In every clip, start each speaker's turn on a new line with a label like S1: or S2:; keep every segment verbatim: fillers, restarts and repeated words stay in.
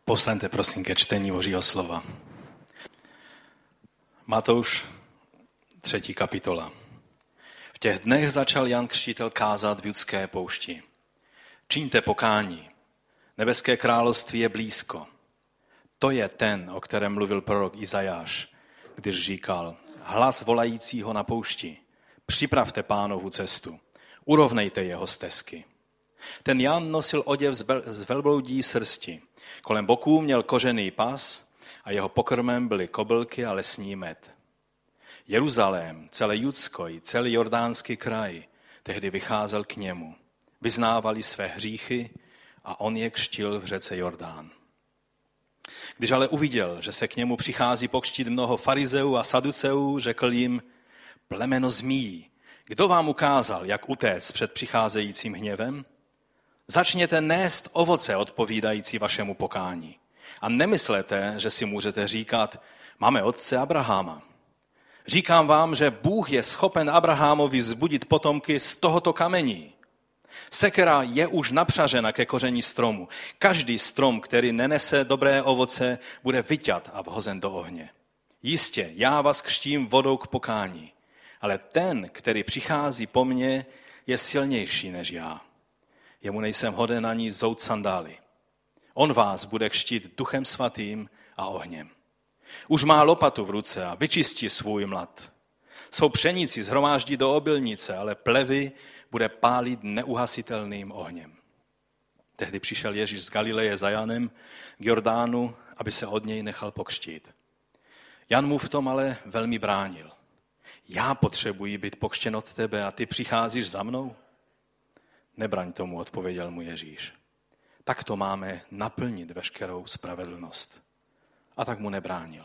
S1: Povstaňte prosím ke čtení Božího slova. Matouš, třetí kapitola. V těch dnech začal Jan Křtitel kázat v judské poušti. Čiňte pokání, nebeské království je blízko. To je ten, o kterém mluvil prorok Izajáš, když říkal, hlas volajícího na poušti, připravte Pánovu cestu, urovnejte jeho stezky. Ten Jan nosil oděv z velbloudí srsti, kolem boků měl kožený pas a jeho pokrmem byly kobylky a lesní med. Jeruzalém, celé Judsko i celý jordánský kraj tehdy vycházel k němu. Vyznávali své hříchy a on je křtil v řece Jordán. Když ale uviděl, že se k němu přichází pokřtít mnoho farizeů a saduceů, řekl jim, plemeno zmíjí, kdo vám ukázal, jak utéct před přicházejícím hněvem? Začněte nést ovoce odpovídající vašemu pokání. A nemyslete, že si můžete říkat, máme otce Abrahama. Říkám vám, že Bůh je schopen Abrahamovi vzbudit potomky z tohoto kamení. Sekera je už napřažena ke koření stromu. Každý strom, který nenese dobré ovoce, bude vyťat a vhozen do ohně. Jistě, já vás křtím vodou k pokání, ale ten, který přichází po mně, je silnější než já. Jemu nejsem hoden ani zout sandály. On vás bude křtít duchem svatým a ohněm. Už má lopatu v ruce a vyčistí svůj mlad. Svou pšenici shromáždí do obilnice, ale plevy bude pálit neuhasitelným ohněm. Tehdy přišel Ježíš z Galileje za Janem k Jordánu, aby se od něj nechal pokřtít. Jan mu v tom ale velmi bránil. Já potřebuji být pokřtěn od tebe a ty přicházíš za mnou? Nebraň tomu, odpověděl mu Ježíš. Tak to máme naplnit veškerou spravedlnost. A tak mu nebránil.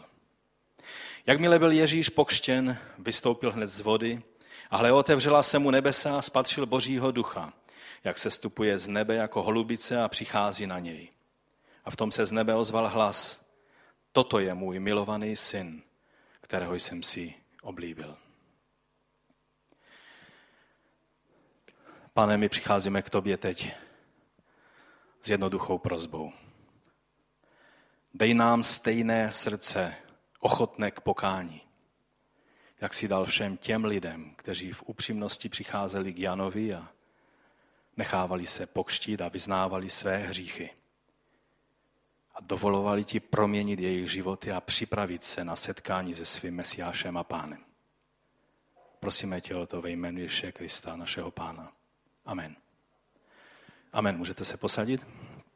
S1: Jakmile byl Ježíš pokřtěn, vystoupil hned z vody a hle, otevřela se mu nebesa a spatřil Božího ducha, jak se stupuje z nebe jako holubice a přichází na něj. A v tom se z nebe ozval hlas, toto je můj milovaný syn, kterého jsem si oblíbil. Pane, my přicházíme k tobě teď s jednoduchou prosbou. Dej nám stejné srdce, ochotné k pokání, jak si dal všem těm lidem, kteří v upřímnosti přicházeli k Janovi a nechávali se pokřtít a vyznávali své hříchy. A dovolovali ti proměnit jejich životy a připravit se na setkání se svým Mesiášem a Pánem. Prosíme tě o to ve jménu Ježíše Krista, našeho Pána. Amen. Amen. Můžete se posadit?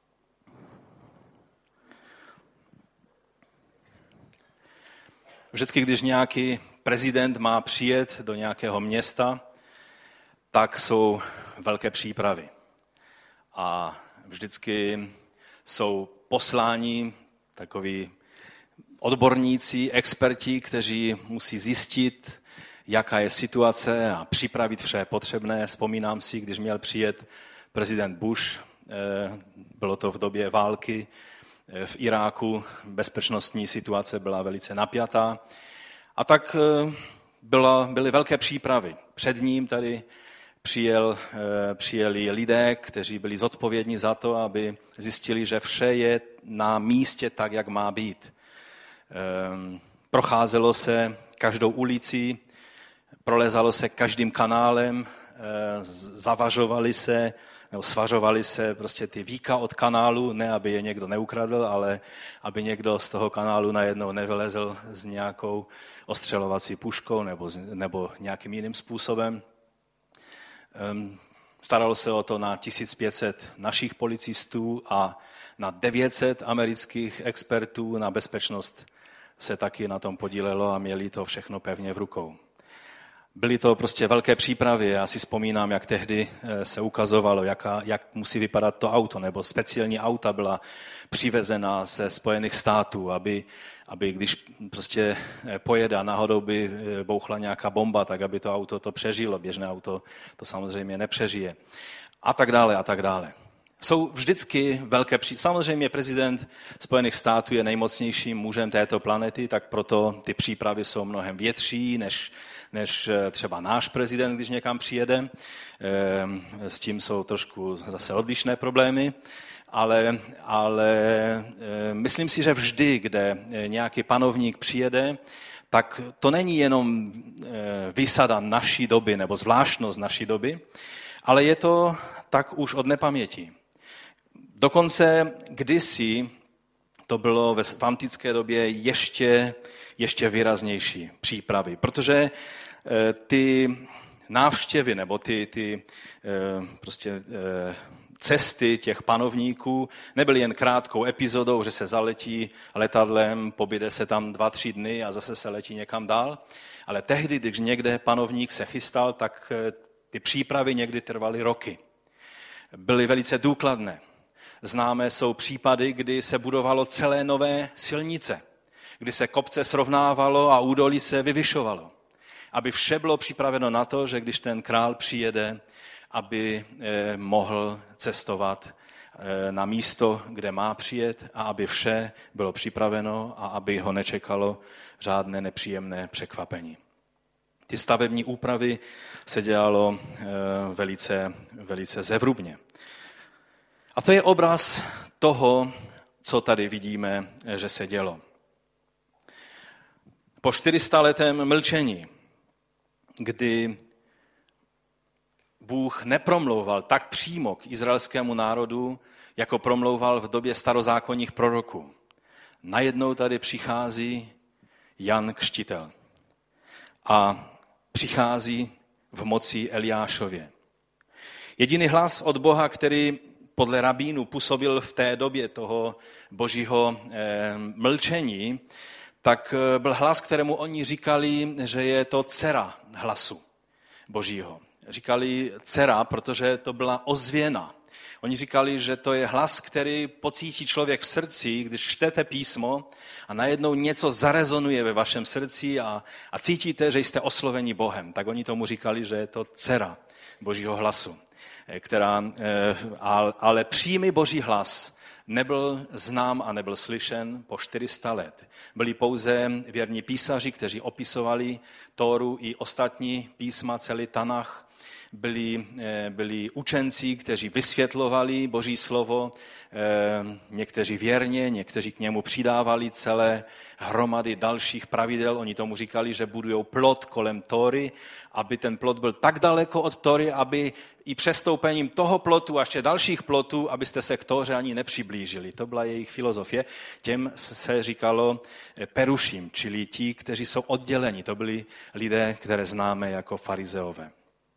S1: Vždycky, když nějaký prezident má přijet do nějakého města, tak jsou velké přípravy. A vždycky jsou posláni takoví odborníci, experti, kteří musí zjistit, jaká je situace a připravit vše potřebné. Vzpomínám si, když měl přijet prezident Bush, bylo to v době války v Iráku, bezpečnostní situace byla velice napjatá. A tak byla, byly velké přípravy. Před ním tady přijel, přijeli lidé, kteří byli zodpovědní za to, aby zjistili, že vše je na místě tak, jak má být. Procházelo se každou ulicí, prolezalo se každým kanálem, zavažovali se, nebo svařovali se prostě ty víka od kanálu, ne aby je někdo neukradl, ale aby někdo z toho kanálu najednou nevylezl s nějakou ostřelovací puškou nebo, nebo nějakým jiným způsobem. Staralo se o to na tisíc pět set našich policistů a na devět set amerických expertů na bezpečnost se taky na tom podílelo a měli to všechno pevně v rukou. Byly to prostě velké přípravy. Já si vzpomínám, jak tehdy se ukazovalo, jaká, jak musí vypadat to auto, nebo speciální auta byla přivezena ze Spojených států, aby, aby když prostě pojede a náhodou by bouchla nějaká bomba, tak aby to auto to přežilo. Běžné auto to samozřejmě nepřežije. A tak dále, a tak dále. Jsou vždycky velké pří... Samozřejmě prezident Spojených států je nejmocnějším mužem této planety, tak proto ty přípravy jsou mnohem větší než, než třeba náš prezident, když někam přijede. S tím jsou trošku zase odlišné problémy, ale, ale myslím si, že vždy, kde nějaký panovník přijede, tak to není jenom výsada naší doby nebo zvláštnost naší doby, ale je to tak už od nepaměti. Dokonce kdysi to bylo v antické době ještě, ještě výraznější přípravy, protože ty návštěvy nebo ty, ty prostě cesty těch panovníků nebyly jen krátkou epizodou, že se zaletí letadlem, pobyde se tam dva, tři dny a zase se letí někam dál, ale tehdy, když někde panovník se chystal, tak ty přípravy někdy trvaly roky. Byly velice důkladné. Známé jsou případy, kdy se budovalo celé nové silnice, kdy se kopce srovnávalo a údolí se vyvyšovalo. Aby vše bylo připraveno na to, že když ten král přijede, aby mohl cestovat na místo, kde má přijet a aby vše bylo připraveno a aby ho nečekalo žádné nepříjemné překvapení. Ty stavební úpravy se dělalo velice, velice zevrubně. A to je obraz toho, co tady vidíme, že se dělo. Po čtyřistaletém mlčení, kdy Bůh nepromlouval tak přímo k izraelskému národu, jako promlouval v době starozákonních proroků. Najednou tady přichází Jan Křtitel a přichází v moci Eliášově. Jediný hlas od Boha, který podle rabínů působil v té době toho božího mlčení, tak byl hlas, kterému oni říkali, že je to dcera hlasu božího. Říkali dcera, protože to byla ozvěna. Oni říkali, že to je hlas, který pocítí člověk v srdci, když čtete písmo a najednou něco zarezonuje ve vašem srdci a, a cítíte, že jste osloveni Bohem. Tak oni tomu říkali, že je to dcera božího hlasu. Která, ale přímý boží hlas nebyl znám a nebyl slyšen po čtyři sta let. Byli pouze věrní písaři, kteří opisovali Tóru i ostatní písma, celý Tanach. Byli, byli učenci, kteří vysvětlovali Boží slovo, někteří věrně, někteří k němu přidávali celé hromady dalších pravidel. Oni tomu říkali, že budují plot kolem Tóry, aby ten plot byl tak daleko od Tóry, aby i přestoupením toho plotu a ještě dalších plotů, abyste se k Tóře ani nepřiblížili. To byla jejich filozofie. Těm se říkalo peruším, čili ti, kteří jsou odděleni. To byli lidé, které známe jako farizeové.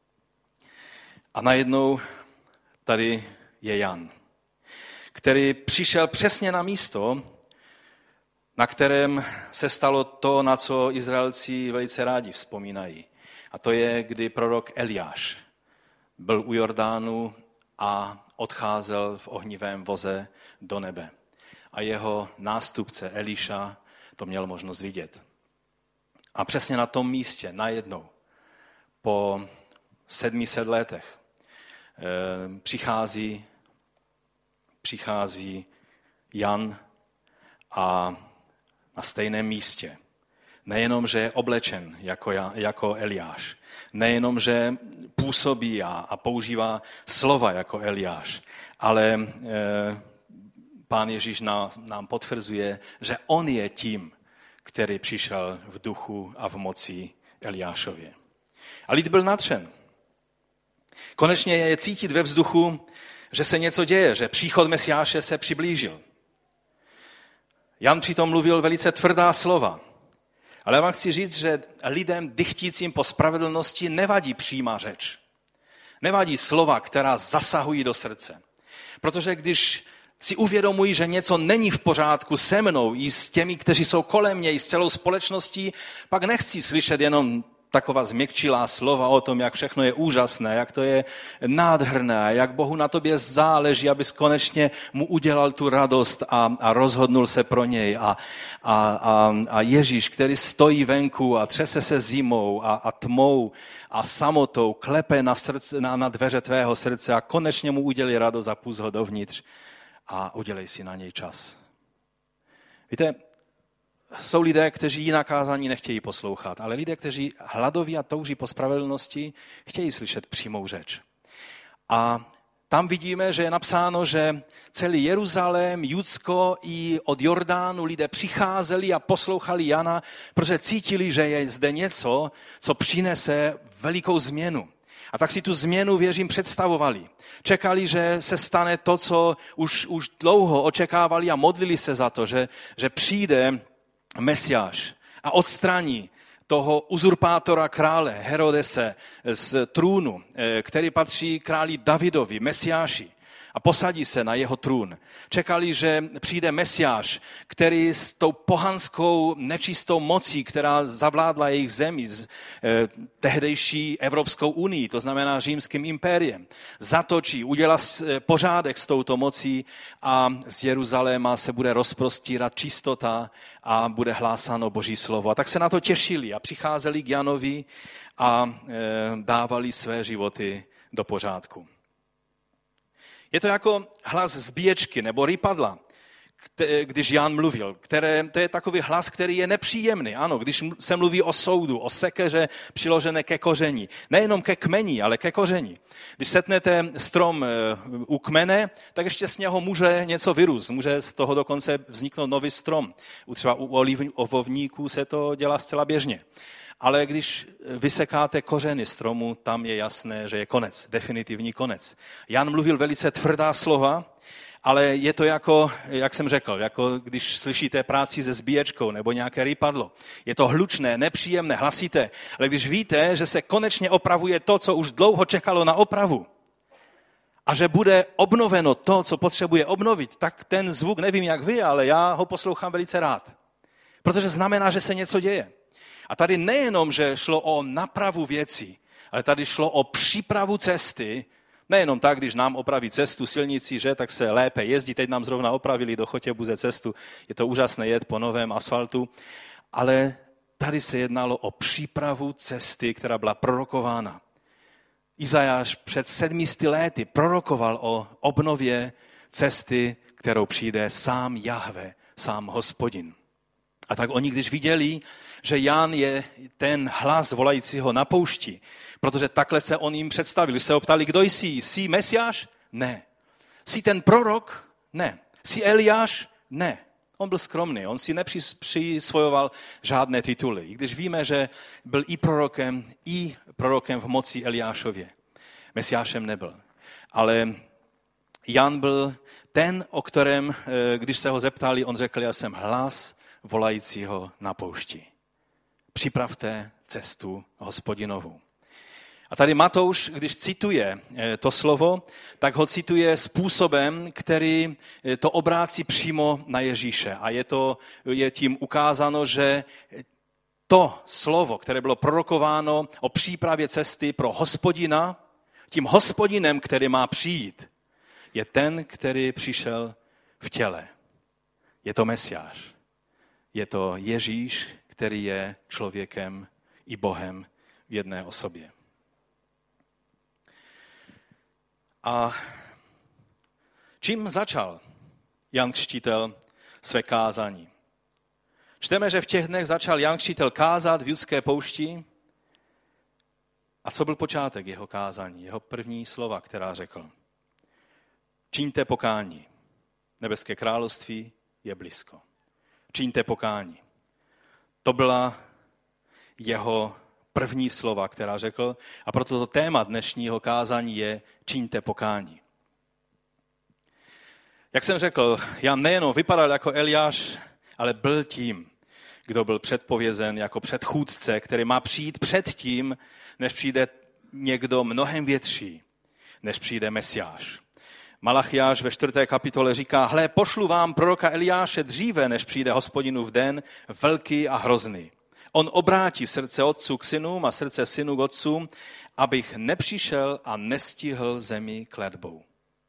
S1: A najednou tady je Jan, který přišel přesně na místo, na kterém se stalo to, na co Izraelci velice rádi vzpomínají. A to je, kdy prorok Eliáš byl u Jordánu a odcházel v ohnivém voze do nebe. A jeho nástupce Eliša to měl možnost vidět. A přesně na tom místě, najednou, po sedmi set letech, přichází, přichází Jan a na stejném místě. Nejenom, že je oblečen jako, jako Eliáš, nejenom, že působí a, a používá slova jako Eliáš, ale e, Pán Ježíš nám, nám potvrzuje, že on je tím, který přišel v duchu a v moci Eliášově. A lid byl nadšen. Konečně je cítit ve vzduchu, že se něco děje, že příchod Mesiáše se přiblížil. Jan přitom mluvil velice tvrdá slova. Ale já vám chci říct, že lidem dychtícím po spravedlnosti nevadí přímá řeč. Nevadí slova, která zasahují do srdce. Protože když si uvědomují, že něco není v pořádku se mnou i s těmi, kteří jsou kolem mě, i s celou společností, pak nechci slyšet jenom taková změkčilá slova o tom, jak všechno je úžasné, jak to je nádherné, jak Bohu na tobě záleží, abys konečně mu udělal tu radost a, a rozhodnul se pro něj. A, a, a, a Ježíš, který stojí venku a třese se zimou a, a tmou a samotou, klepe na, srdce, na, na dveře tvého srdce a konečně mu udělí radost a pust ho dovnitř a udělej si na něj čas. Víte, jsou lidé, kteří jiná kázání nechtějí poslouchat, ale lidé, kteří hladoví a touží po spravedlnosti, chtějí slyšet přímou řeč. A tam vidíme, že je napsáno, že celý Jeruzalém, Judsko i od Jordánu lidé přicházeli a poslouchali Jana, protože cítili, že je zde něco, co přinese velikou změnu. A tak si tu změnu, věřím, představovali. Čekali, že se stane to, co už, už dlouho očekávali a modlili se za to, že, že přijde Mesiáš a odstraní toho uzurpátora krále Herodese z trůnu, který patří králi Davidovi, Mesiáši, a posadí se na jeho trůn. Čekali, že přijde Mesiáš, který s tou pohanskou nečistou mocí, která zavládla jejich zemi, z eh, tehdejší Evropskou unii, to znamená římským impériem, zatočí, udělá pořádek s touto mocí a z Jeruzaléma se bude rozprostírat čistota a bude hlásáno Boží slovo. A tak se na to těšili a přicházeli k Janovi a eh, dávali své životy do pořádku. Je to jako hlas zbíječky nebo rypadla, když Jan mluvil. Které, to je takový hlas, který je nepříjemný. Ano, když se mluví o soudu, o sekeře přiložené ke koření. Nejenom ke kmeni, ale ke koření. Když setnete strom u kmene, tak ještě z něho může něco vyrůst. Může z toho dokonce vzniknout nový strom. Třeba u olivovníků se to dělá zcela běžně. Ale když vysekáte kořeny stromu, tam je jasné, že je konec, definitivní konec. Jan mluvil velice tvrdá slova, ale je to jako, jak jsem řekl, jako když slyšíte práci se zbíječkou nebo nějaké rypadlo. Je to hlučné, nepříjemné, hlasité, ale když víte, že se konečně opravuje to, co už dlouho čekalo na opravu, a že bude obnoveno to, co potřebuje obnovit, tak ten zvuk, nevím jak vy, ale já ho poslouchám velice rád. Protože znamená, že se něco děje. A tady nejenom, že šlo o napravu věcí, ale tady šlo o přípravu cesty. Nejenom tak, když nám opraví cestu silnici, že, tak se lépe jezdí. Teď nám zrovna opravili do Chotěbuze cestu. Je to úžasné jet po novém asfaltu. Ale tady se jednalo o přípravu cesty, která byla prorokována. Izajáš před sedmisty léty prorokoval o obnově cesty, kterou přijde sám Jahve, sám Hospodin. A tak oni, když viděli, že Jan je ten hlas volajícího na poušti, protože takhle se on jim představil. Když se optali, kdo jsi? Jsi Mesiáš? Ne. Jsi ten prorok? Ne. Jsi Eliáš? Ne. On byl skromný, on si nepřisvojoval žádné tituly. I když víme, že byl i prorokem, i prorokem v moci Eliášově. Mesiášem nebyl. Ale Jan byl ten, o kterém, když se ho zeptali, on řekl, já jsem hlas volajícího na poušti. Připravte cestu Hospodinovou. A tady Matouš, když cituje to slovo, tak ho cituje způsobem, který to obrácí přímo na Ježíše. A je, to, je tím ukázáno, že to slovo, které bylo prorokováno o přípravě cesty pro Hospodina, tím Hospodinem, který má přijít, je ten, který přišel v těle. Je to Mesiáš. Je to Ježíš, který je člověkem i Bohem v jedné osobě. A čím začal Jan Křtitel své kázání? Čteme, že v těch dnech začal Jan Křtitel kázat v Judské poušti. A co byl počátek jeho kázání? Jeho první slova, která řekl. Čiňte pokání. Nebeské království je blízko. Čiňte pokání. To byla jeho první slova, která řekl, a proto to téma dnešního kázání je čiňte pokání. Jak jsem řekl, Jan nejenom vypadal jako Eliáš, ale byl tím, kdo byl předpovězen jako předchůdce, který má přijít před tím, než přijde někdo mnohem větší, než přijde Mesiáš. Malachiáš ve čtvrté kapitole říká, hle, pošlu vám proroka Eliáše dříve, než přijde Hospodinův den, velký a hrozný. On obrátí srdce otců k synům a srdce synů k otcům, abych nepřišel a nestihl zemi kletbou.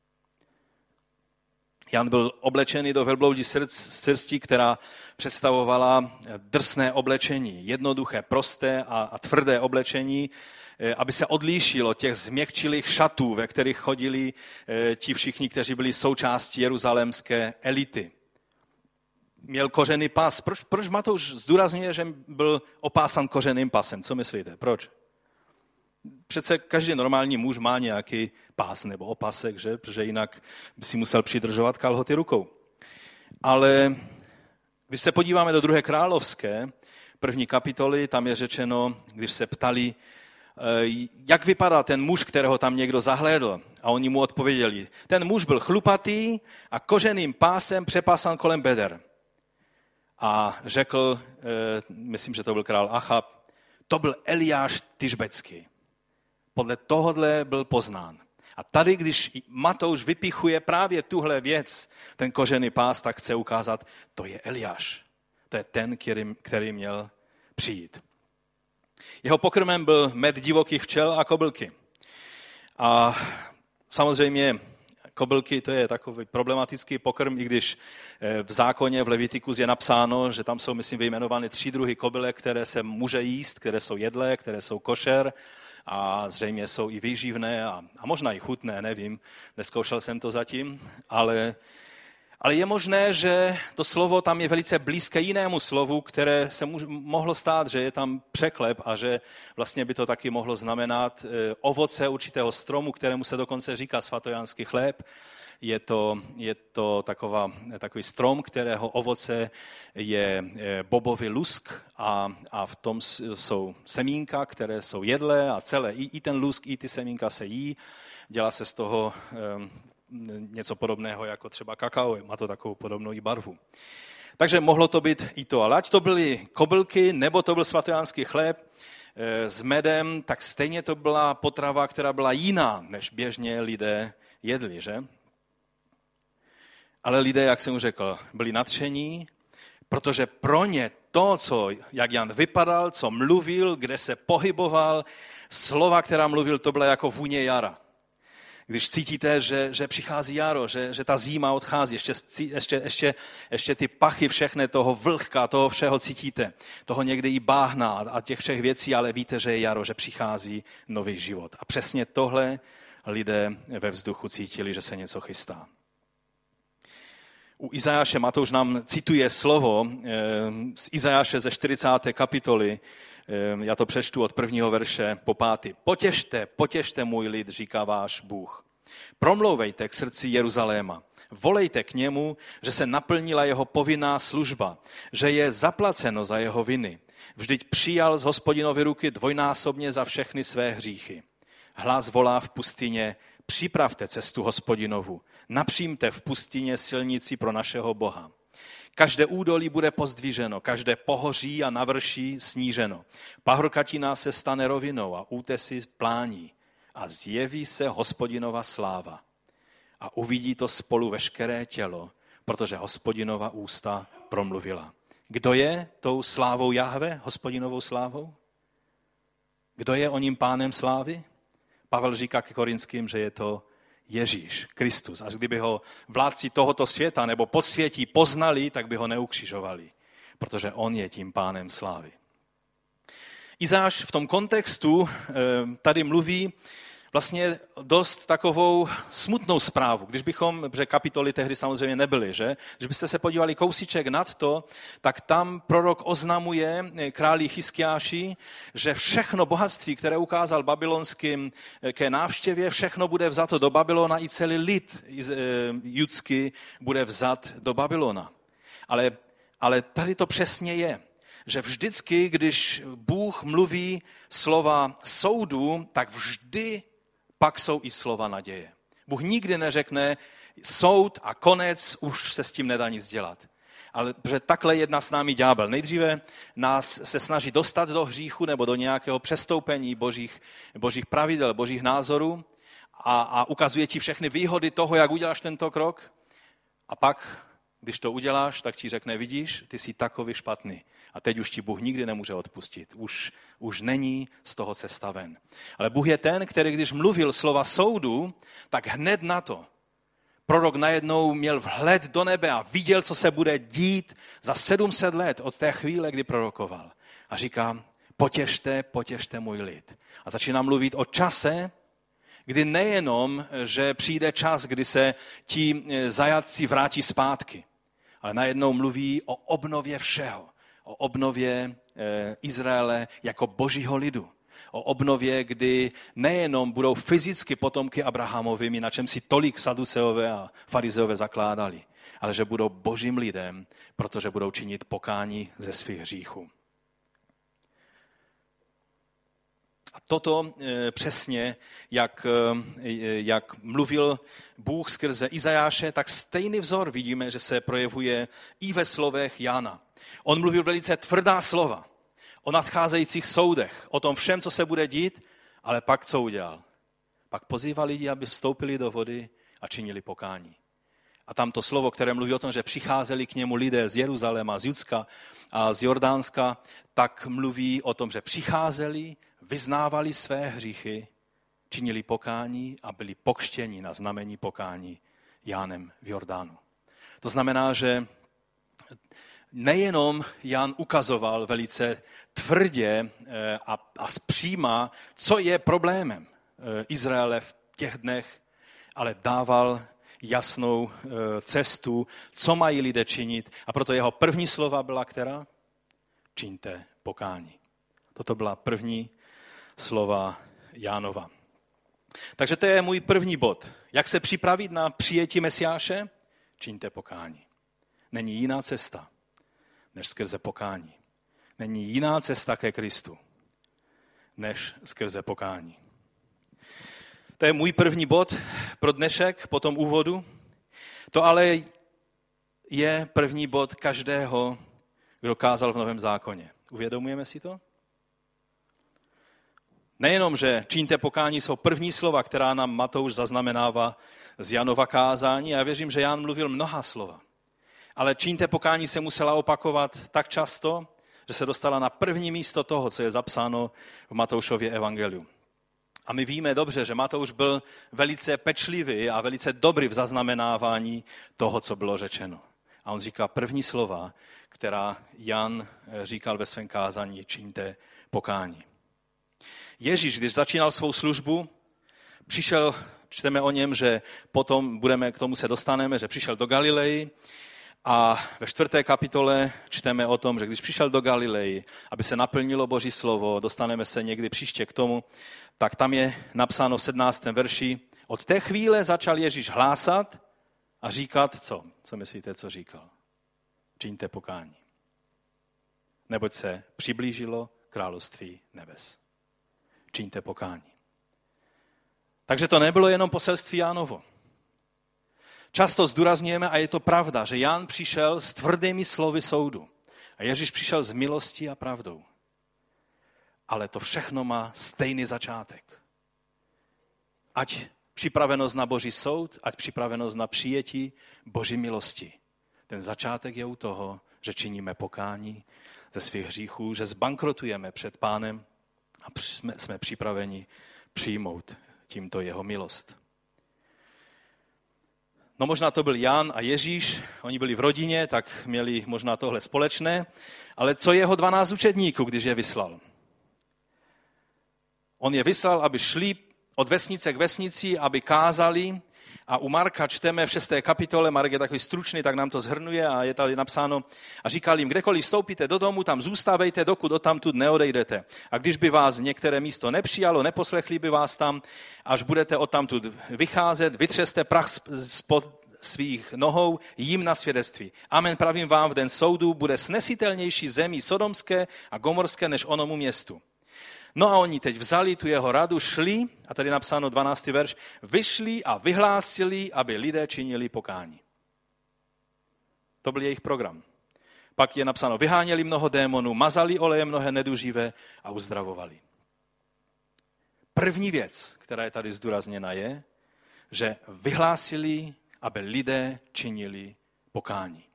S1: Jan byl oblečený do velbloudí srsti, která představovala drsné oblečení, jednoduché, prosté a, a tvrdé oblečení, aby se odlíšilo od těch změkčilých šatů, ve kterých chodili ti všichni, kteří byli součástí jeruzalémské elity. Měl kořenný pas. Proč, proč Matouš zdůrazňuje, že byl opásan kořenným pasem? Co myslíte? Proč? Přece každý normální muž má nějaký pás nebo opasek, že? Protože jinak by si musel přidržovat kalhoty rukou. Ale když se podíváme do druhé královské, první kapitoly, tam je řečeno, když se ptali, jak vypadá ten muž, kterého tam někdo zahlédl. A oni mu odpověděli, ten muž byl chlupatý a koženým pásem přepásan kolem beder. A řekl, myslím, že to byl král Achab, to byl Eliáš Tyšbecký. Podle tohodle byl poznán. A tady, když Matouš vypichuje právě tuhle věc, ten kožený pás, tak chce ukázat, to je Eliáš. To je ten, který, který měl přijít. Jeho pokrmem byl med divokých včel a kobylky. A samozřejmě kobylky, to je takový problematický pokrm, i když v zákoně v Levitikus je napsáno, že tam jsou, myslím, vyjmenovány tři druhy kobylek, které se může jíst, které jsou jedlé, které jsou košer a zřejmě jsou i výživné a, a možná i chutné, nevím, neskoušel jsem to zatím, ale, ale je možné, že to slovo tam je velice blízké jinému slovu, které se může, mohlo stát, že je tam překlep a že vlastně by to taky mohlo znamenat ovoce určitého stromu, kterému se dokonce říká svatojánský chléb. Je to, je to taková, takový strom, kterého ovoce je bobový lusk a, a v tom jsou semínka, které jsou jedlé a celé. I, i ten lusk, i ty semínka se jí. Dělá se z toho um, něco podobného jako třeba kakao. Má to takovou podobnou i barvu. Takže mohlo to být i to. Ale ať to byly kobylky, nebo to byl svatojánský chléb e, s medem, tak stejně to byla potrava, která byla jiná, než běžně lidé jedli, že? Ale lidé, jak jsem už řekl, byli nadšení, protože pro ně to, co, jak Jan vypadal, co mluvil, kde se pohyboval, slova, která mluvil, to byla jako vůně jara. Když cítíte, že, že přichází jaro, že, že ta zima odchází, ještě, ještě, ještě, ještě ty pachy všechny toho vlhka, toho všeho cítíte, toho někde i báhna a těch všech věcí, ale víte, že je jaro, že přichází nový život. A přesně tohle lidé ve vzduchu cítili, že se něco chystá. U Izajáše Matouš nám cituje slovo z Izajáše ze čtyřicáté kapitoly, já to přečtu od prvního verše po pátý. Potěšte, potěšte můj lid, říká váš Bůh. Promlouvejte k srdci Jeruzaléma. Volejte k němu, že se naplnila jeho povinná služba, že je zaplaceno za jeho viny. Vždyť přijal z Hospodinovy ruky dvojnásobně za všechny své hříchy. Hlas volá v pustině, připravte cestu Hospodinovu, napřímte v pustině silnici pro našeho Boha. Každé údolí bude pozdviženo, každé pohoří a navrší sníženo. Pahorkatina se stane rovinou a útesy plání a zjeví se Hospodinova sláva. A uvidí to spolu veškeré tělo, protože Hospodinova ústa promluvila. Kdo je tou slávou Jahve, Hospodinovou slávou? Kdo je o ním pánem slávy? Pavel říká ke Korinským, že je to Ježíš, Kristus. A kdyby ho vládci tohoto světa nebo podsvětí poznali, tak by ho neukřižovali, protože on je tím pánem slávy. Izáš v tom kontextu tady mluví vlastně dost takovou smutnou zprávu. Když bychom, protože kapitoly tehdy samozřejmě nebyly, že? Když byste se podívali kousíček nad to, tak tam prorok oznamuje králi Chiskiáši, že všechno bohatství, které ukázal babylonským ke návštěvě, všechno bude vzato do Babylona i celý lid judský bude vzat do Babylona. Ale, ale tady to přesně je, že vždycky, když Bůh mluví slova soudu, tak vždy pak jsou i slova naděje. Bůh nikdy neřekne soud a konec, už se s tím nedá nic dělat. Ale protože takhle jedná s námi ďábel. Nejdříve nás se snaží dostat do hříchu nebo do nějakého přestoupení božích, božích pravidel, božích názorů a, a ukazuje ti všechny výhody toho, jak uděláš tento krok. A pak, když to uděláš, tak ti řekne, vidíš, ty jsi takový špatný. A teď už ti Bůh nikdy nemůže odpustit. Už, už není z toho cesta ven. Ale Bůh je ten, který když mluvil slova soudu, tak hned na to prorok najednou měl vhled do nebe a viděl, co se bude dít za sedm set let od té chvíle, kdy prorokoval. A říká, potěšte, potěšte můj lid. A začíná mluvit o čase, kdy nejenom, že přijde čas, kdy se ti zajatci vrátí zpátky, ale najednou mluví o obnově všeho. O obnově Izraele jako božího lidu. O obnově, kdy nejenom budou fyzicky potomky Abrahamovými, na čem si tolik saduceové a farizeové zakládali, ale že budou božím lidem, protože budou činit pokání ze svých hříchů. A toto e, přesně, jak, e, jak mluvil Bůh skrze Izajáše, tak stejný vzor vidíme, že se projevuje i ve slovech Jana. On mluvil velice tvrdá slova o nadcházejících soudech, o tom všem, co se bude dít, ale pak co udělal? Pak pozýval lidi, aby vstoupili do vody a činili pokání. A tam to slovo, které mluví o tom, že přicházeli k němu lidé z Jeruzaléma, z Judska a z Jordánska, tak mluví o tom, že přicházeli, vyznávali své hříchy, činili pokání a byli pokřtěni na znamení pokání Jánem v Jordánu. To znamená, že nejenom Jan ukazoval velice tvrdě a, a zpříma, co je problémem Izraele v těch dnech, ale dával jasnou cestu, co mají lidé činit. A proto jeho první slova byla která? Čiňte pokání. Toto byla první slova Jánova. Takže to je můj první bod. Jak se připravit na přijetí Mesiáše? Čiňte pokání. Není jiná cesta, než skrze pokání. Není jiná cesta ke Kristu, než skrze pokání. To je můj první bod pro dnešek po tom úvodu. To ale je první bod každého, kdo kázal v Novém zákoně. Uvědomujeme si to? Nejenom, že čiňte pokání jsou první slova, která nám Matouš zaznamenává z Janova kázání. Já věřím, že Jan mluvil mnoha slova. Ale čiňte pokání se musela opakovat tak často, že se dostala na první místo toho, co je zapsáno v Matoušově evangeliu. A my víme dobře, že Matouš byl velice pečlivý a velice dobrý v zaznamenávání toho, co bylo řečeno. A on říká první slova, která Jan říkal ve svém kázání, čiňte pokání. Ježíš, když začínal svou službu, přišel, čteme o něm, že potom budeme, k tomu se dostaneme, že přišel do Galileji a ve čtvrté kapitole čteme o tom, že když přišel do Galileji, aby se naplnilo Boží slovo, dostaneme se někdy příště k tomu, tak tam je napsáno v sedmnáctém verši, od té chvíle začal Ježíš hlásat a říkat, co? Co myslíte, co říkal? Čiňte pokání. Neboť se přiblížilo království nebes. Čiňte pokání. Takže to nebylo jenom poselství Jánovo. Často zdůrazňujeme, a je to pravda, že Jan přišel s tvrdými slovy soudu. A Ježíš přišel s milostí a pravdou. Ale to všechno má stejný začátek. Ať připravenost na Boží soud, ať připravenost na přijetí Boží milosti. Ten začátek je u toho, že činíme pokání ze svých hříchů, že zbankrotujeme před Pánem a jsme, jsme připraveni přijmout tímto jeho milost. No možná to byl Jan a Ježíš, oni byli v rodině, tak měli možná tohle společné, ale co jeho dvanáct učedníků, když je vyslal? On je vyslal, aby šli od vesnice k vesnici, aby kázali a u Marka čteme v šesté kapitole, Marek je takový stručný, tak nám to zhrnuje a je tady napsáno a říkal jim, kdekoliv vstoupíte do domu, tam zůstávejte, dokud odtamtud neodejdete. A když by vás některé místo nepřijalo, neposlechli by vás tam, až budete odtamtud vycházet, vytřeste prach spod svých nohou jim na svědectví. Amen, pravím vám, v den soudu bude snesitelnější zemí sodomské a gomorské než onomu městu. No a oni teď vzali tu jeho radu, šli, a tady je napsáno dvanáctý verš, vyšli a vyhlásili, aby lidé činili pokání. To byl jejich program. Pak je napsáno, vyháněli mnoho démonů, mazali olejem mnohé neduživé a uzdravovali. První věc, která je tady zdůrazněna, je, že vyhlásili, aby lidé činili pokání.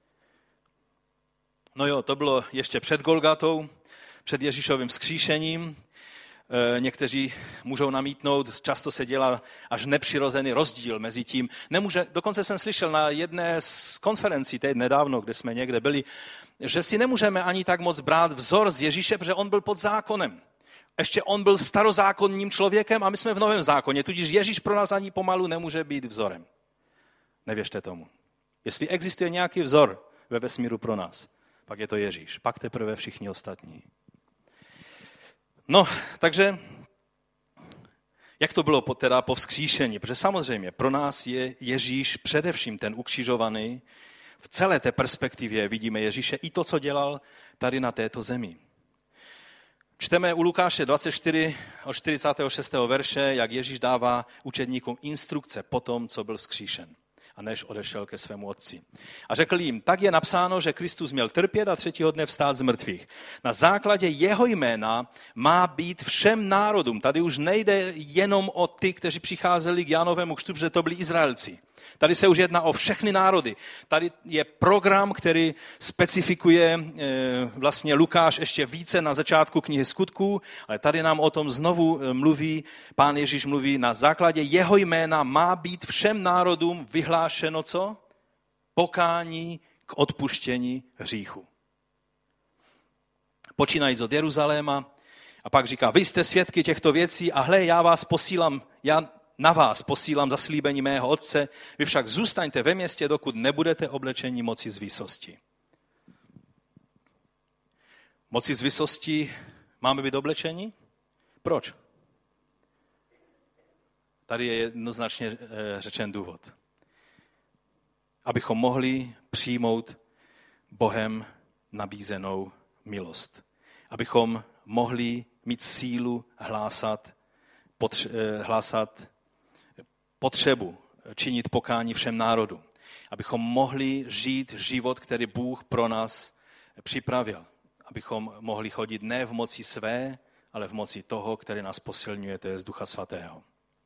S1: No jo, to bylo ještě před Golgatou, před Ježíšovým vzkříšením. Někteří můžou namítnout, často se dělá až nepřirozený rozdíl mezi tím. Nemůže, dokonce jsem slyšel na jedné z konferencí, teď nedávno, kde jsme někde byli, že si nemůžeme ani tak moc brát vzor z Ježíše, protože on byl pod zákonem. Ještě on byl starozákonním člověkem a my jsme v Novém zákoně, tudíž Ježíš pro nás ani pomalu nemůže být vzorem. Nevěřte tomu. Jestli existuje nějaký vzor ve vesmíru pro nás, pak je to Ježíš, pak teprve všichni ostatní. No, takže jak to bylo teda po vzkříšení? Protože samozřejmě pro nás je Ježíš především ten ukřižovaný. V celé té perspektivě vidíme Ježíše i to, co dělal tady na této zemi. Čteme u Lukáše dvacet čtyři od čtyřicátého šestého verše, jak Ježíš dává učedníkům instrukce po tom, co byl vzkříšen a než odešel ke svému otci. A řekl jim, tak je napsáno, že Kristus měl trpět a třetího dne vstát z mrtvých. Na základě jeho jména má být všem národům. Tady už nejde jenom o ty, kteří přicházeli k Jánovému křtu, protože to byli Izraelci. Tady se už jedná o všechny národy. Tady je program, který specifikuje vlastně Lukáš ještě více na začátku knihy Skutků, ale tady nám o tom znovu mluví, Pán Ježíš mluví, na základě jeho jména má být všem národům vyhlášeno co? Pokání k odpuštění hříchu. Počínajíc od Jeruzaléma a pak říká, vy jste svědky těchto věcí a hle, já vás posílám, já na vás posílám zaslíbení mého otce, vy však zůstaňte ve městě, dokud nebudete oblečeni moci z výsosti. Moci z výsosti máme být oblečeni? Proč? Tady je jednoznačně řečen důvod. Abychom mohli přijmout Bohem nabízenou milost. Abychom mohli mít sílu hlásat, potře- hlásat potřebu činit pokání všem národům. Abychom mohli žít život, který Bůh pro nás připravil. Abychom mohli chodit ne v moci své, ale v moci toho, který nás posilňuje, to je z Ducha Svatého.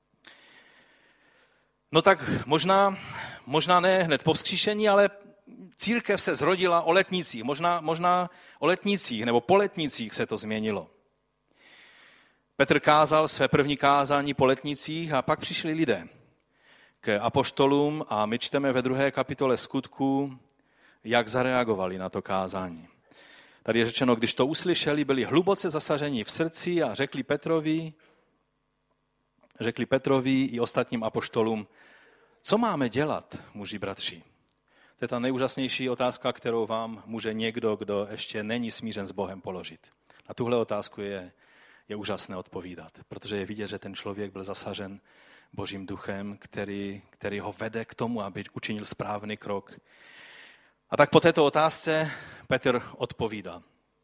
S1: No tak možná, možná ne hned po vzkříšení, ale církev se zrodila o letnicích. Možná, možná o letnicích nebo po letnicích se to změnilo. Petr kázal své první kázání po letnicích a pak přišli lidé k apoštolům a my čteme ve druhé kapitole Skutků, jak zareagovali na to kázání. Tady je řečeno, když to uslyšeli, byli hluboce zasaženi v srdci a řekli Petrovi, řekli Petrovi i ostatním apoštolům, co máme dělat, muži bratři? To je ta nejúžasnější otázka, kterou vám může někdo, kdo ještě není smířen s Bohem, položit. Na tuhle otázku je, je úžasné odpovídat, protože je vidět, že ten člověk byl zasažen Božím duchem, který, který ho vede k tomu, aby učinil správný krok. A tak po této otázce Petr odpovídá.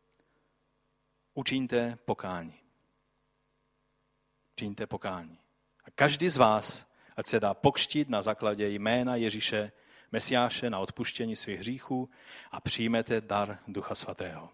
S1: Učiňte pokání. Čiňte pokání. A každý z vás, ať se dá pokřtít na základě jména Ježíše Mesiáše na odpuštění svých hříchů a přijmete dar Ducha Svatého.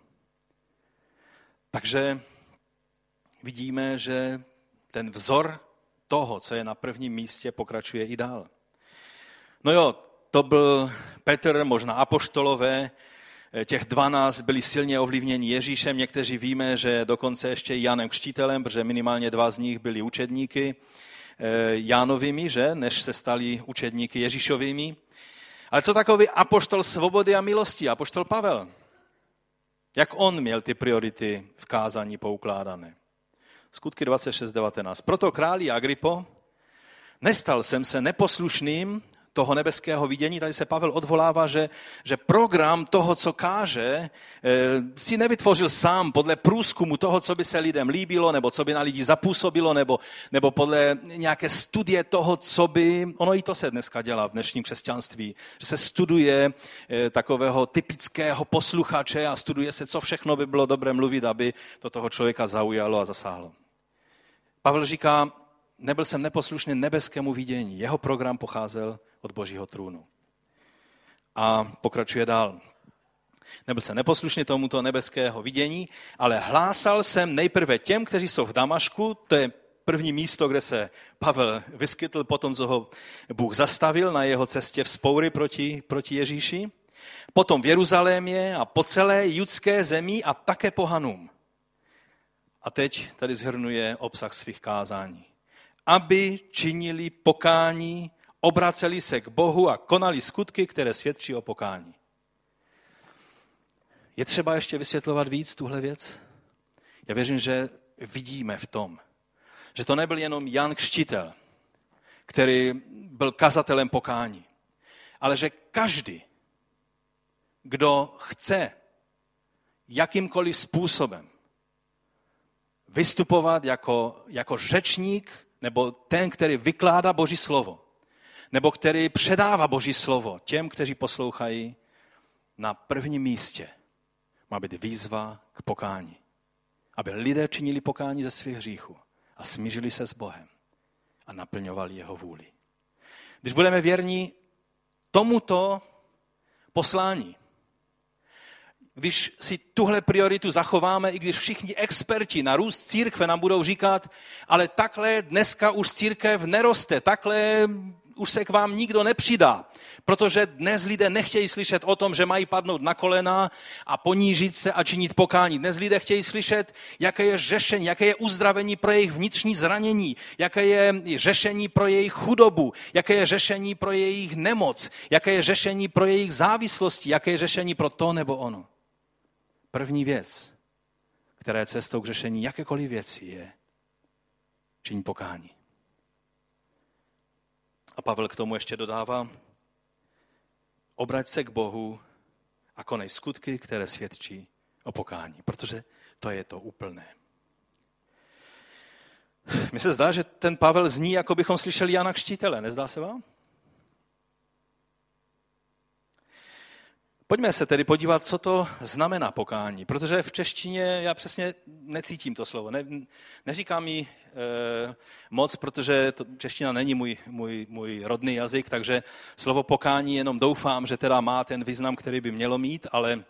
S1: Takže vidíme, že ten vzor toho, co je na prvním místě, pokračuje i dál. No jo, to byl Petr, možná apoštolové, těch dvanáct byli silně ovlivněni Ježíšem, někteří víme, že dokonce ještě i Janem Křtitelem, protože minimálně dva z nich byli učedníky Jánovými, že, než se stali učedníky Ježíšovými. Ale co takový apoštol svobody a milosti, apoštol Pavel? Jak on měl ty priority v kázání poukládané? Skutky dvacet šest devatenáct. Proto králi Agripo, nestal jsem se neposlušným toho nebeského vidění. Tady se Pavel odvolává, že, že program toho, co káže, si nevytvořil sám podle průzkumu toho, co by se lidem líbilo, nebo co by na lidi zapůsobilo, nebo, nebo podle nějaké studie toho, co by... Ono i to se dneska dělá v dnešním křesťanství, že se studuje takového typického posluchače a studuje se, co všechno by bylo dobré mluvit, aby to toho člověka zaujalo a zasáhlo. Pavel říká, nebyl jsem neposlušný nebeskému vidění. Jeho program pocházel od Božího trůnu. A pokračuje dál. Nebyl jsem neposlušný tomuto nebeského vidění, ale hlásal jsem nejprve těm, kteří jsou v Damašku, to je první místo, kde se Pavel vyskytl, potom co ho Bůh zastavil na jeho cestě vzpoury proti, proti Ježíši, potom v Jeruzalémě a po celé judské zemi a také pohanům. A teď tady shrnuje obsah svých kázání. Aby činili pokání, obraceli se k Bohu a konali skutky, které svědčí o pokání. Je třeba ještě vysvětlovat víc tuhle věc? Já věřím, že vidíme v tom, že to nebyl jenom Jan Křtitel, který byl kazatelem pokání, ale že každý, kdo chce jakýmkoliv způsobem vystupovat jako, jako řečník nebo ten, který vykládá Boží slovo, nebo který předává Boží slovo těm, kteří poslouchají, na prvním místě má být výzva k pokání. Aby lidé činili pokání ze svých hříchů a smířili se s Bohem a naplňovali jeho vůli. Když budeme věrní tomuto poslání, když si tuhle prioritu zachováme, i když všichni experti na růst církve nám budou říkat, ale takhle dneska už církev neroste, takhle už se k vám nikdo nepřidá, protože dnes lidé nechtějí slyšet o tom, že mají padnout na kolena a ponížit se a činit pokání. Dnes lidé chtějí slyšet, jaké je řešení, jaké je uzdravení pro jejich vnitřní zranění, jaké je řešení pro jejich chudobu, jaké je řešení pro jejich nemoc, jaké je řešení pro jejich závislosti, jaké je řešení pro to nebo ono. První věc, která je cestou k řešení jakékoliv věci, je činit pokání. A Pavel k tomu ještě dodává, obrať se k Bohu a konej skutky, které svědčí o pokání, protože to je to úplné. Mně se zdá, že ten Pavel zní, jako bychom slyšeli Jana Křtitele, nezdá se vám? Pojďme se tedy podívat, co to znamená pokání, protože v češtině já přesně necítím to slovo. Ne, neříkám jí e, moc, protože to, čeština není můj, můj, můj rodný jazyk, takže slovo pokání jenom doufám, že teda má ten význam, který by mělo mít, ale,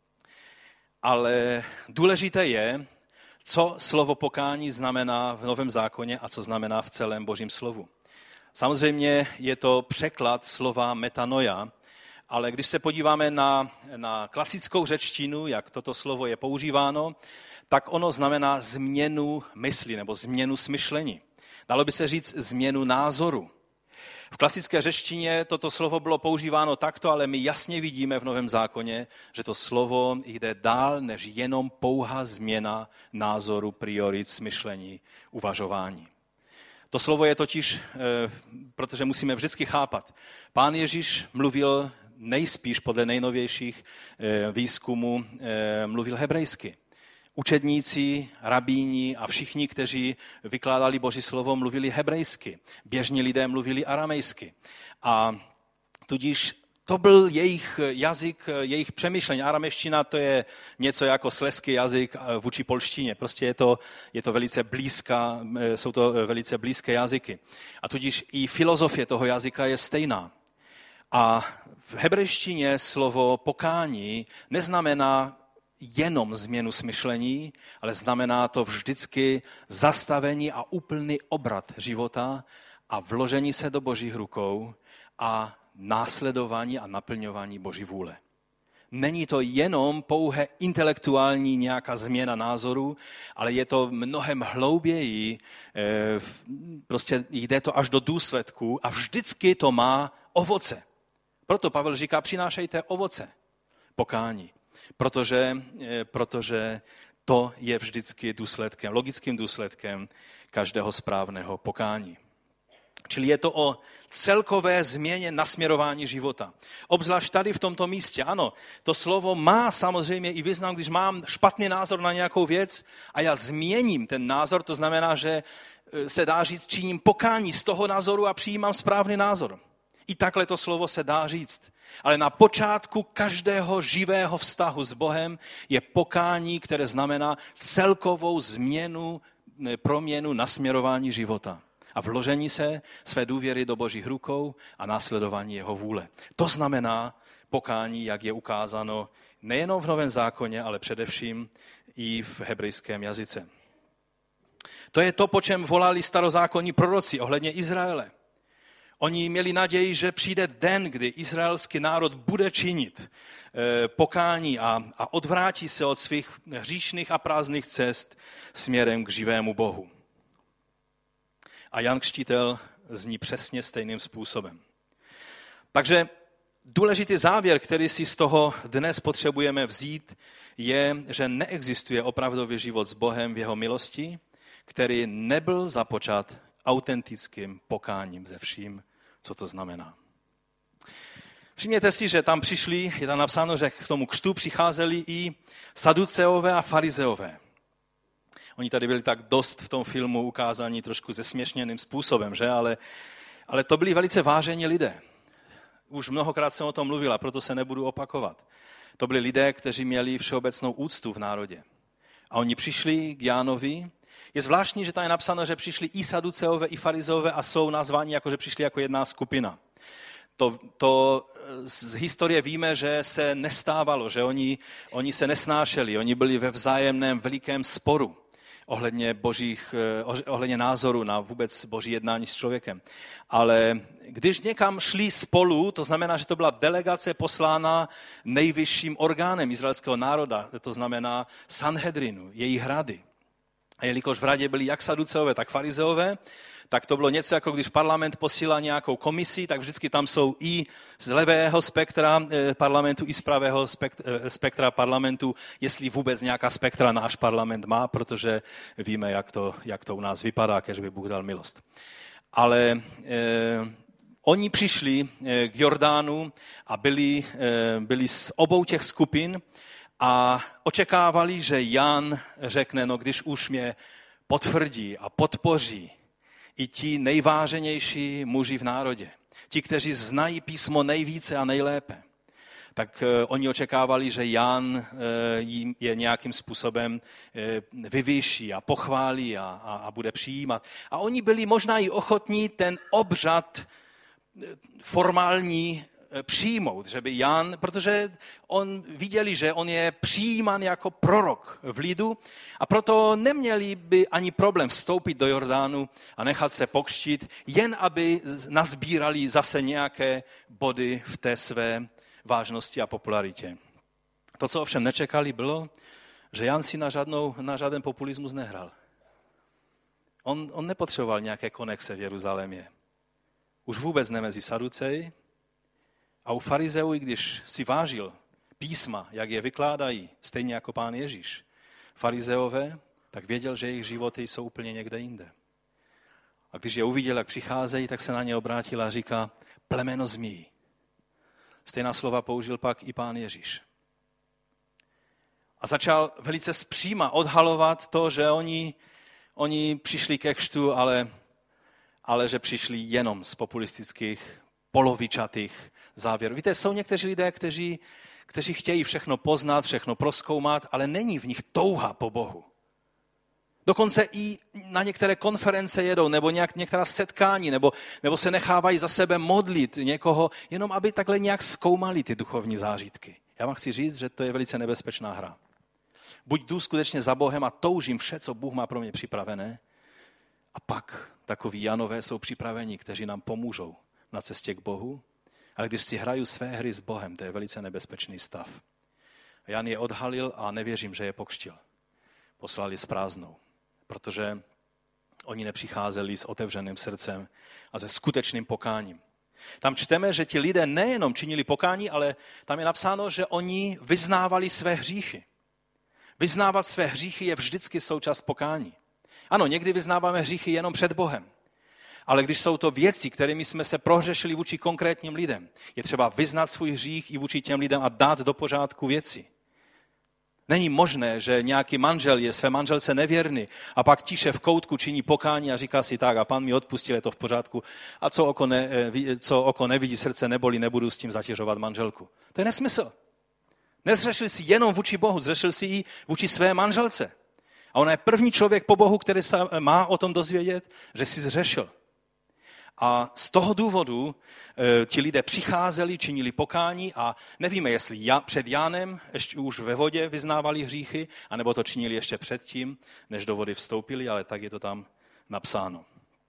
S1: ale důležité je, co slovo pokání znamená v Novém zákoně a co znamená v celém Božím slovu. Samozřejmě je to překlad slova metanoia, ale když se podíváme na, na klasickou řečtinu, jak toto slovo je používáno, tak ono znamená změnu mysli nebo změnu smyšlení. Dalo by se říct změnu názoru. V klasické řečtině toto slovo bylo používáno takto, ale my jasně vidíme v Novém zákoně, že to slovo jde dál než jenom pouhá změna názoru, priorit, smyšlení, uvažování. To slovo je totiž, protože musíme vždycky chápat, Pán Ježíš mluvil nejspíš podle nejnovějších výzkumů mluvil hebrejsky. Učedníci, rabíni a všichni, kteří vykládali Boží slovo, mluvili hebrejsky. Běžní lidé mluvili aramejsky. A tudíž to byl jejich jazyk, jejich přemýšlení. Aramejština to je něco jako slezský jazyk vůči polštině. Prostě je to, je to velice blízká, jsou to velice blízké jazyky. A tudíž i filozofie toho jazyka je stejná. A v hebrejštině slovo pokání neznamená jenom změnu smyšlení, ale znamená to vždycky zastavení a úplný obrat života a vložení se do Božích rukou a následování a naplňování Boží vůle. Není to jenom pouhé intelektuální nějaká změna názoru, ale je to mnohem hlouběji, prostě jde to až do důsledku a vždycky to má ovoce. Proto Pavel říká, přinášejte ovoce pokání, protože, protože to je vždycky důsledkem, logickým důsledkem každého správného pokání. Čili je to o celkové změně nasměrování života. Obzvlášť tady v tomto místě. Ano, to slovo má samozřejmě i význam, když mám špatný názor na nějakou věc a já změním ten názor, to znamená, že se dá říct, činím pokání z toho názoru a přijímám správný názor. I takhle to slovo se dá říct. Ale na počátku každého živého vztahu s Bohem je pokání, které znamená celkovou změnu, proměnu, nasměrování života. A vložení se své důvěry do Božích rukou a následování jeho vůle. To znamená pokání, jak je ukázáno nejenom v Novém zákoně, ale především i v hebrejském jazyce. To je to, po čem volali starozákonní proroci ohledně Izraele. Oni měli naději, že přijde den, kdy izraelský národ bude činit pokání a, a odvrátí se od svých hříšných a prázdných cest směrem k živému Bohu. A Jan Křtitel zní přesně stejným způsobem. Takže důležitý závěr, který si z toho dnes potřebujeme vzít, je, že neexistuje opravdový život s Bohem v jeho milosti, který nebyl započat autentickým pokáním ze vším, co to znamená. Všimněte si, že tam přišli, je tam napsáno, že k tomu křtu přicházeli i saduceové a farizeové. Oni tady byli tak dost v tom filmu ukázáni trošku zesměšněným způsobem, že? Ale, ale to byli velice vážení lidé. Už mnohokrát jsem o tom mluvil, a proto se nebudu opakovat. To byli lidé, kteří měli všeobecnou úctu v národě. A oni přišli k Jánovi. Je zvláštní, že tam je napsáno, že přišli i saduceové, i farizeové a jsou nazváni jako, že přišli jako jedna skupina. To, to z historie víme, že se nestávalo, že oni, oni se nesnášeli, oni byli ve vzájemném velikém sporu ohledně, božích, ohledně názoru na vůbec boží jednání s člověkem. Ale když někam šli spolu, to znamená, že to byla delegace poslána nejvyšším orgánem izraelského národa, to znamená Sanhedrinu, jejich rady. A jelikož v radě byli jak saduceové, tak farizeové, tak to bylo něco, jako když parlament posílá nějakou komisi, tak vždycky tam jsou i z levého spektra parlamentu, i z pravého spektra parlamentu, jestli vůbec nějaká spektra náš parlament má, protože víme, jak to, jak to u nás vypadá, kež by Bůh dal milost. Ale eh, oni přišli eh, k Jordánu a byli, eh, byli z obou těch skupin a očekávali, že Jan řekne, no když už mě potvrdí a podpoří i ti nejváženější muži v národě, ti, kteří znají písmo nejvíce a nejlépe, tak oni očekávali, že Jan jim je nějakým způsobem vyvýší a pochválí a, a, a bude přijímat. A oni byli možná i ochotní ten obřad formální přijmout, že by Jan, protože on viděli, že on je přijímán jako prorok v lidu a proto neměli by ani problém vstoupit do Jordánu a nechat se pokřtít, jen aby nazbírali zase nějaké body v té své vážnosti a popularitě. To, co ovšem nečekali, bylo, že Jan si na, žádnou, na žádný populismus nehrál. On, on nepotřeboval nějaké konexe v Jeruzalémě. Už vůbec ne mezi Saduceji. A u farizeů, i když si vážil písma, jak je vykládají, stejně jako Pán Ježíš, farizeové, tak věděl, že jejich životy jsou úplně někde jinde. A když je uviděl, jak přicházejí, tak se na ně obrátil a říká, plemeno zmí. Stejná slova použil pak i Pán Ježíš. A začal velice zpříma odhalovat to, že oni, oni přišli ke křtu, ale, ale že přišli jenom z populistických, polovičatých závěrů. Víte, jsou někteří lidé, kteří, kteří chtějí všechno poznat, všechno prozkoumat, ale není v nich touha po Bohu. Dokonce i na některé konference jedou, nebo nějak, některá setkání, nebo, nebo se nechávají za sebe modlit někoho, jenom aby takhle nějak zkoumali ty duchovní zážitky. Já vám chci říct, že to je velice nebezpečná hra. Buď jdu skutečně za Bohem a toužím vše, co Bůh má pro mě připravené, a pak takoví Janové jsou připraveni, kteří nám pomůžou na cestě k Bohu, ale když si hraju své hry s Bohem, to je velice nebezpečný stav. A Jan je odhalil a nevěřím, že je pokřtil. Poslali s prázdnou, protože oni nepřicházeli s otevřeným srdcem a se skutečným pokáním. Tam čteme, že ti lidé nejenom činili pokání, ale tam je napsáno, že oni vyznávali své hříchy. Vyznávat své hříchy je vždycky součást pokání. Ano, někdy vyznáváme hříchy jenom před Bohem. Ale když jsou to věci, kterými jsme se prohřešili vůči konkrétním lidem, je třeba vyznat svůj hřích i vůči těm lidem a dát do pořádku věci. Není možné, že nějaký manžel je své manželce nevěrný a pak tiše v koutku činí pokání a říká si tak, a Pán mi odpustil, je to v pořádku. A co oko, ne, co oko nevidí, srdce nebolí, nebudu s tím zatěžovat manželku. To je nesmysl. Nezřešil si jenom vůči Bohu, zřešil si i vůči své manželce. A ona je první člověk po Bohu, který se má o tom dozvědět, že si zřešil. A z toho důvodu e, ti lidé přicházeli, činili pokání a nevíme, jestli ja, před Jánem ještě už ve vodě vyznávali hříchy, anebo to činili ještě předtím, než do vody vstoupili, ale tak je to tam napsáno.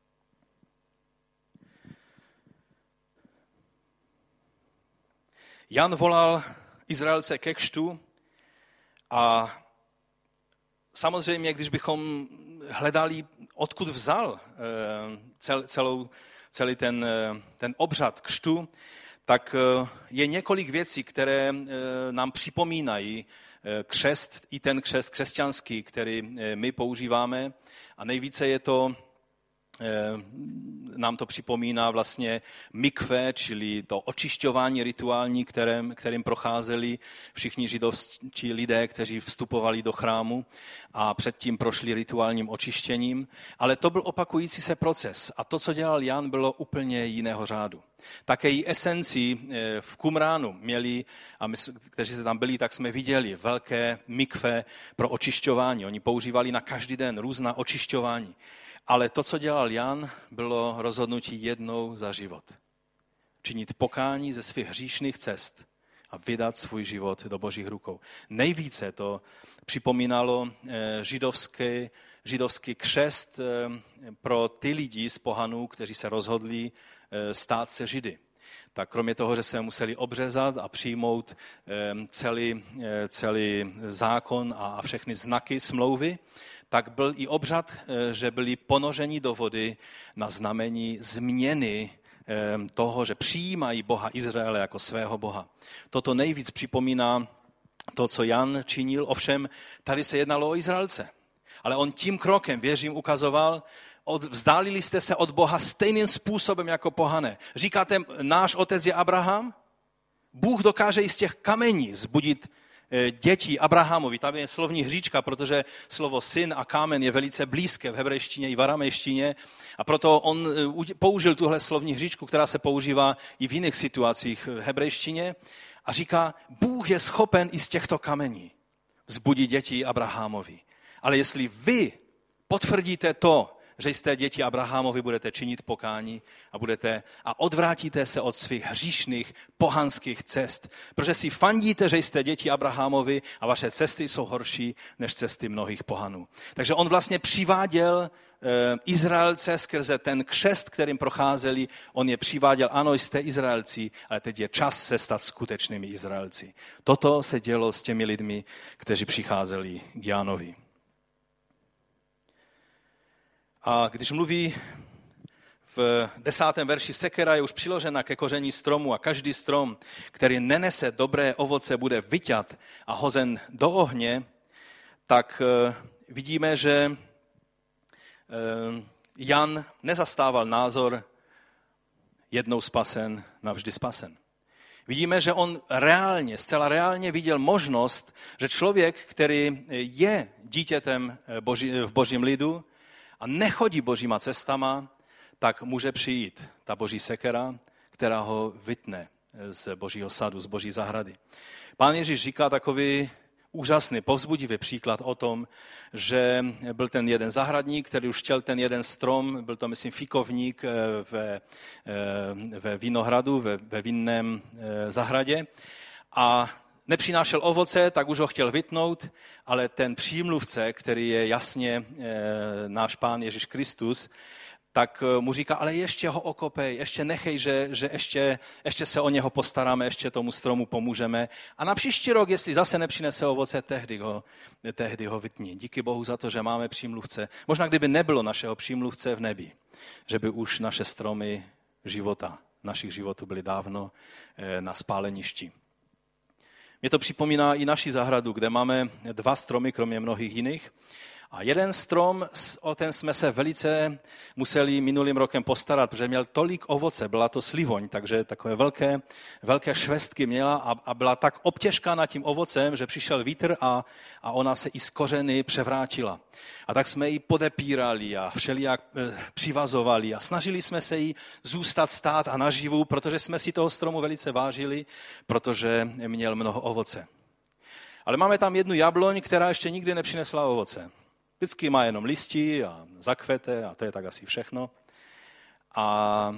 S1: Jan volal Izraelce ke křtu a samozřejmě, když bychom hledali, odkud vzal cel, celou, celý ten, ten obřad křtu, tak je několik věcí, které nám připomínají křest, i ten křest křesťanský, který my používáme. A nejvíce je to nám to připomíná vlastně mikve, čili to očišťování rituální, kterým, kterým procházeli všichni židovští lidé, kteří vstupovali do chrámu a předtím prošli rituálním očištěním. Ale to byl opakující se proces a to, co dělal Jan, bylo úplně jiného řádu. Také i esenci v Kumránu měli, a my, kteří se tam byli, tak jsme viděli velké mikve pro očišťování. Oni používali na každý den různá očišťování. Ale to, co dělal Jan, bylo rozhodnutí jednou za život. Činit pokání ze svých hříšných cest a vydat svůj život do Božích rukou. Nejvíce to připomínalo židovský, židovský křest pro ty lidi z pohanů, kteří se rozhodli stát se Židy. Tak kromě toho, že se museli obřezat a přijmout celý, celý zákon a všechny znaky smlouvy, tak byl i obřad, že byli ponořeni do vody na znamení změny toho, že přijímají Boha Izraele jako svého Boha. Toto nejvíc připomíná to, co Jan činil, ovšem tady se jednalo o Izraelce. Ale on tím krokem, věřím, ukazoval, od, vzdálili jste se od Boha stejným způsobem jako pohané. Říkáte, náš otec je Abraham? Bůh dokáže i z těch kamení zbudit děti Abrahamovi. Tam je slovní hříčka, protože slovo syn a kámen je velice blízké v hebrejštině i v aramejštině a proto on použil tuhle slovní hříčku, která se používá i v jiných situacích v hebrejštině a říká, Bůh je schopen i z těchto kamení vzbudit děti Abrahamovi. Ale jestli vy potvrdíte to, že jste děti Abrahamovi, budete činit pokání a budete a odvrátíte se od svých hříšných pohanských cest, protože si fandíte, že jste děti Abrahamovi a vaše cesty jsou horší než cesty mnohých pohanů. Takže on vlastně přiváděl Izraelce skrze ten křest, kterým procházeli, on je přiváděl, ano, jste Izraelci, ale teď je čas se stát skutečnými Izraelci. Toto se dělo s těmi lidmi, kteří přicházeli k Jánovi. A když mluví v desátém verši, sekera je už přiložena ke koření stromu a každý strom, který nenese dobré ovoce, bude vyťat a hozen do ohně, tak vidíme, že Jan nezastával názor jednou spasen, navždy spasen. Vidíme, že on reálně, zcela reálně viděl možnost, že člověk, který je dítětem boží, v božím lidu, a nechodí božíma cestama, tak může přijít ta boží sekera, která ho vytne z božího sadu, z boží zahrady. Pán Ježíš říká takový úžasný, povzbudivý příklad o tom, že byl ten jeden zahradník, který už chtěl ten jeden strom, byl to, myslím, fikovník ve, ve vinohradu, ve, ve vinném zahradě a nepřinášel ovoce, tak už ho chtěl vytnout, ale ten přímluvce, který je jasně e, náš Pán Ježíš Kristus, tak mu říká, ale ještě ho okopej, ještě nechej, že, že ještě, ještě se o něho postaráme, ještě tomu stromu pomůžeme. A na příští rok, jestli zase nepřinese ovoce, tehdy ho, tehdy ho vytni. Díky Bohu za to, že máme přímluvce. Možná kdyby nebylo našeho přímluvce v nebi, že by už naše stromy života, našich životů byly dávno e, na spáleništi. Mě to připomíná i naši zahradu, kde máme dva stromy, kromě mnohých jiných. A jeden strom, o ten jsme se velice museli minulým rokem postarat, protože měl tolik ovoce, byla to slivoň, takže takové velké, velké švestky měla a, a byla tak obtěžkána tím ovocem, že přišel vítr a, a ona se i z kořeny převrátila. A tak jsme ji podepírali a všelijak přivazovali a snažili jsme se jí zůstat stát a naživu, protože jsme si toho stromu velice vážili, protože měl mnoho ovoce. Ale máme tam jednu jabloň, která ještě nikdy nepřinesla ovoce. Vždycky má jenom listí a zakvete a to je tak asi všechno. A,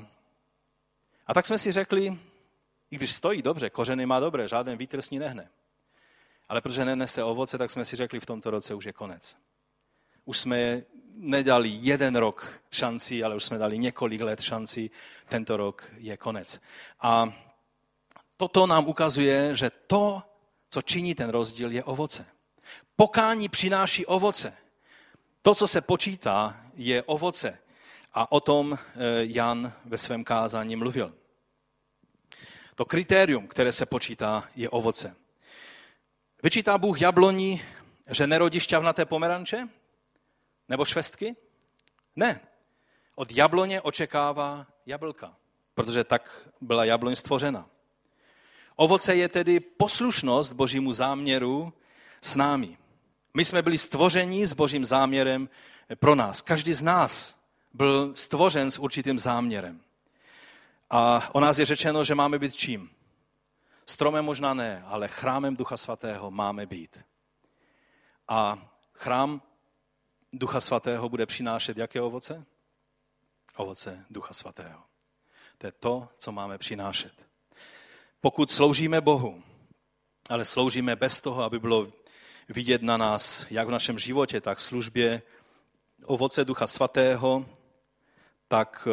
S1: a tak jsme si řekli, i když stojí dobře, kořeny má dobré, žádný vítr s ní nehne. Ale protože nenese ovoce, tak jsme si řekli, v tomto roce už je konec. Už jsme nedali jeden rok šanci, ale už jsme dali několik let šanci, tento rok je konec. A toto nám ukazuje, že to, co činí ten rozdíl, je ovoce. Pokání přináší ovoce. To, co se počítá, je ovoce. A o tom Jan ve svém kázání mluvil. To kritérium, které se počítá, je ovoce. Vyčítá Bůh jabloni, že nerodí šťavnaté pomeranče? Nebo švestky? Ne. od jabloně očekává jablka, protože tak byla jabloň stvořena. Ovoce je tedy poslušnost Božímu záměru s námi. My jsme byli stvořeni s Božím záměrem pro nás. Každý z nás byl stvořen s určitým záměrem. A o nás je řečeno, že máme být čím? Stromem možná ne, ale chrámem Ducha Svatého máme být. A chrám Ducha Svatého bude přinášet jaké ovoce? Ovoce Ducha Svatého. To je to, co máme přinášet. Pokud sloužíme Bohu, ale sloužíme bez toho, aby bylo vidět na nás, jak v našem životě, tak v službě ovoce Ducha Svatého, tak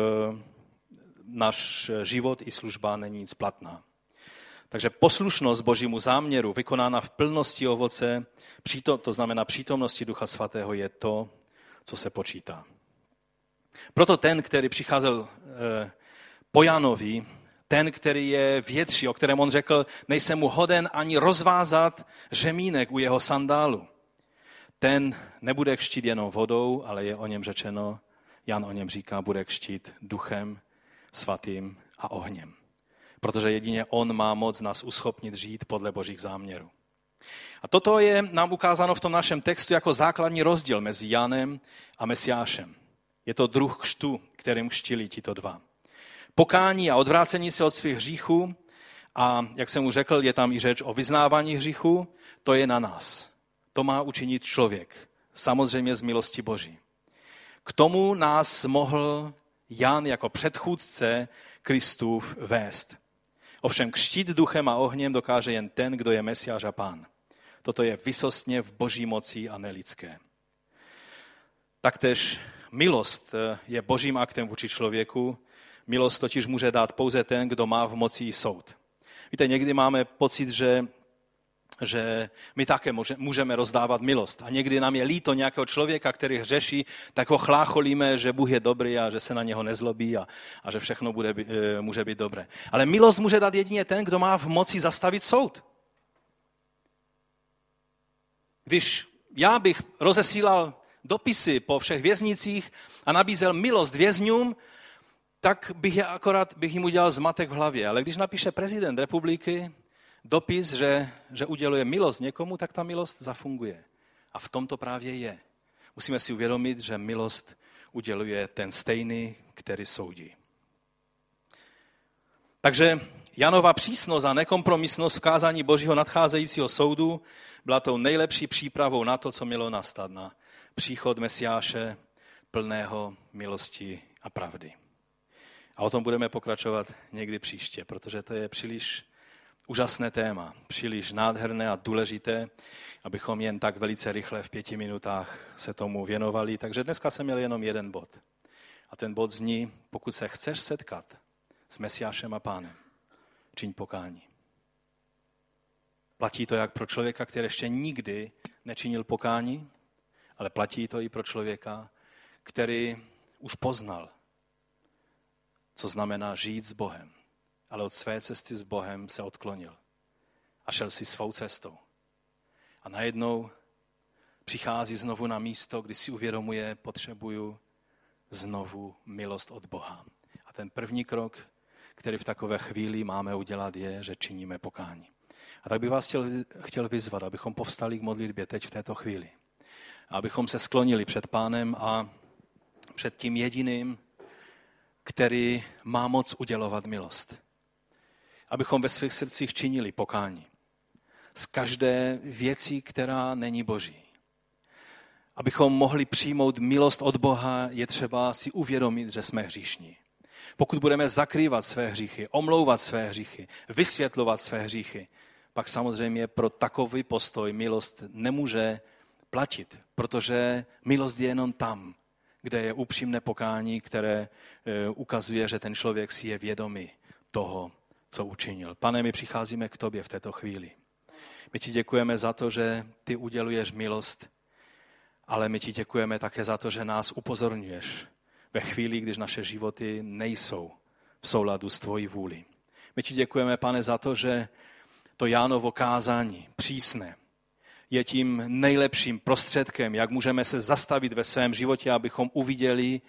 S1: náš život i služba není nic platná. Takže poslušnost Božímu záměru, vykonána v plnosti ovoce, to znamená přítomnosti Ducha Svatého, je to, co se počítá. Proto ten, který přicházel po Janovi, ten, který je větší, o kterém on řekl, nejsem mu hoden ani rozvázat řemínek u jeho sandálu. Ten nebude křtít jenom vodou, ale je o něm řečeno, Jan o něm říká, bude křtít Duchem Svatým a ohněm. Protože jedině on má moc nás uschopnit žít podle Božích záměrů. A toto je nám ukázáno v tom našem textu jako základní rozdíl mezi Janem a Mesiášem. Je to druh křtu, kterým křtili tito dva. Pokání a odvrácení se od svých hříchů a, jak jsem už řekl, je tam i řeč o vyznávání hříchů, to je na nás. To má učinit člověk, samozřejmě z milosti Boží. K tomu nás mohl Jan jako předchůdce Kristův vést. Ovšem křtít duchem a ohněm dokáže jen ten, kdo je Mesiáš a Pán. Toto je vysostně v Boží moci a nelidské. Taktéž milost je Božím aktem vůči člověku. Milost totiž může dát pouze ten, kdo má v moci i soud. Víte, někdy máme pocit, že, že my také můžeme rozdávat milost. A někdy nám je líto nějakého člověka, který hřeší, tak ho chlácholíme, že Bůh je dobrý a že se na něho nezlobí a, a že všechno bude, může být dobré. Ale milost může dát jedině ten, kdo má v moci zastavit soud. Když já bych rozesílal dopisy po všech věznicích a nabízel milost vězňům, tak bych, je akorát, bych jim udělal zmatek v hlavě. Ale když napíše prezident republiky dopis, že, že uděluje milost někomu, tak ta milost zafunguje. A v tom to právě je. Musíme si uvědomit, že milost uděluje ten stejný, který soudí. Takže Janova přísnost a nekompromisnost v kázání Božího nadcházejícího soudu byla tou nejlepší přípravou na to, co mělo nastat, na příchod Mesiáše plného milosti a pravdy. A o tom budeme pokračovat někdy příště, protože to je příliš úžasné téma, příliš nádherné a důležité, abychom jen tak velice rychle v pěti minutách se tomu věnovali. Takže dneska jsem měl jenom jeden bod. A ten bod zní, pokud se chceš setkat s Mesiášem a Pánem, čiň pokání. Platí to jak pro člověka, který ještě nikdy nečinil pokání, ale platí to i pro člověka, který už poznal, co znamená žít s Bohem, ale od své cesty s Bohem se odklonil a šel si svou cestou. A najednou přichází znovu na místo, kdy si uvědomuje, potřebuju znovu milost od Boha. A ten první krok, který v takové chvíli máme udělat, je, že činíme pokání. A tak bych vás chtěl, chtěl vyzvat, abychom povstali k modlitbě teď v této chvíli. A abychom se sklonili před Pánem a před tím jediným, který má moc udělovat milost. Abychom ve svých srdcích činili pokání. Z každé věci, která není Boží. Abychom mohli přijmout milost od Boha, je třeba si uvědomit, že jsme hříšní. Pokud budeme zakrývat své hříchy, omlouvat své hříchy, vysvětlovat své hříchy, pak samozřejmě pro takový postoj milost nemůže platit, protože milost je jenom tam, kde je upřímné pokání, které ukazuje, že ten člověk si je vědomý toho, co učinil. Pane, my přicházíme k tobě v této chvíli. My ti děkujeme za to, že ty uděluješ milost, ale my ti děkujeme také za to, že nás upozorňuješ ve chvíli, když naše životy nejsou v souladu s tvojí vůli. My ti děkujeme, Pane, za to, že to Jánovo kázání přísné je tím nejlepším prostředkem, jak můžeme se zastavit ve svém životě, abychom uviděli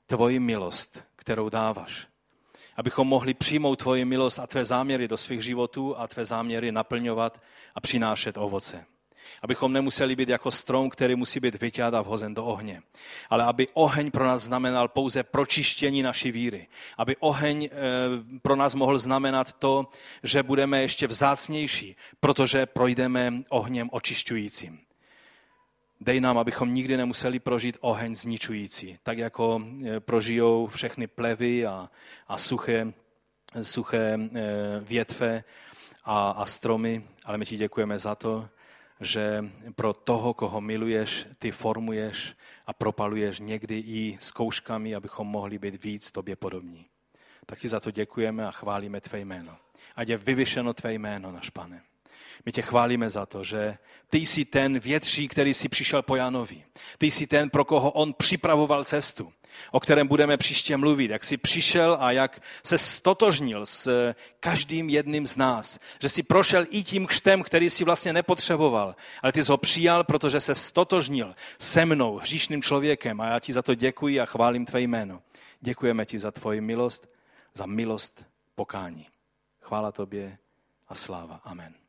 S1: tvoji milost, kterou dáváš. Abychom mohli přijmout tvoji milost a tvé záměry do svých životů a tvé záměry naplňovat a přinášet ovoce. Abychom nemuseli být jako strom, který musí být vyťat a vhozen do ohně. Ale aby oheň pro nás znamenal pouze pročištění naší víry. Aby oheň pro nás mohl znamenat to, že budeme ještě vzácnější, protože projdeme ohněm očišťujícím. Dej nám, abychom nikdy nemuseli prožít oheň zničující, tak jako prožijou všechny plevy a, a suché, suché větve a, a stromy, ale my ti děkujeme za to, že pro toho, koho miluješ, ty formuješ a propaluješ někdy i zkouškami, abychom mohli být víc tobě podobní. Tak ti za to děkujeme a chválíme tvé jméno. Ať je vyvyšeno tvé jméno, náš Pane. My tě chválíme za to, že ty jsi ten větší, který jsi přišel po Janovi. Ty jsi ten, pro koho on připravoval cestu, o kterém budeme příště mluvit, jak jsi přišel a jak se stotožnil s každým jedním z nás. Že jsi prošel i tím křtem, který jsi vlastně nepotřeboval, ale ty jsi ho přijal, protože se stotožnil se mnou, hříšným člověkem, a já ti za to děkuji a chválím tvé jméno. Děkujeme ti za tvoji milost, za milost pokání. Chvála tobě a sláva. Amen.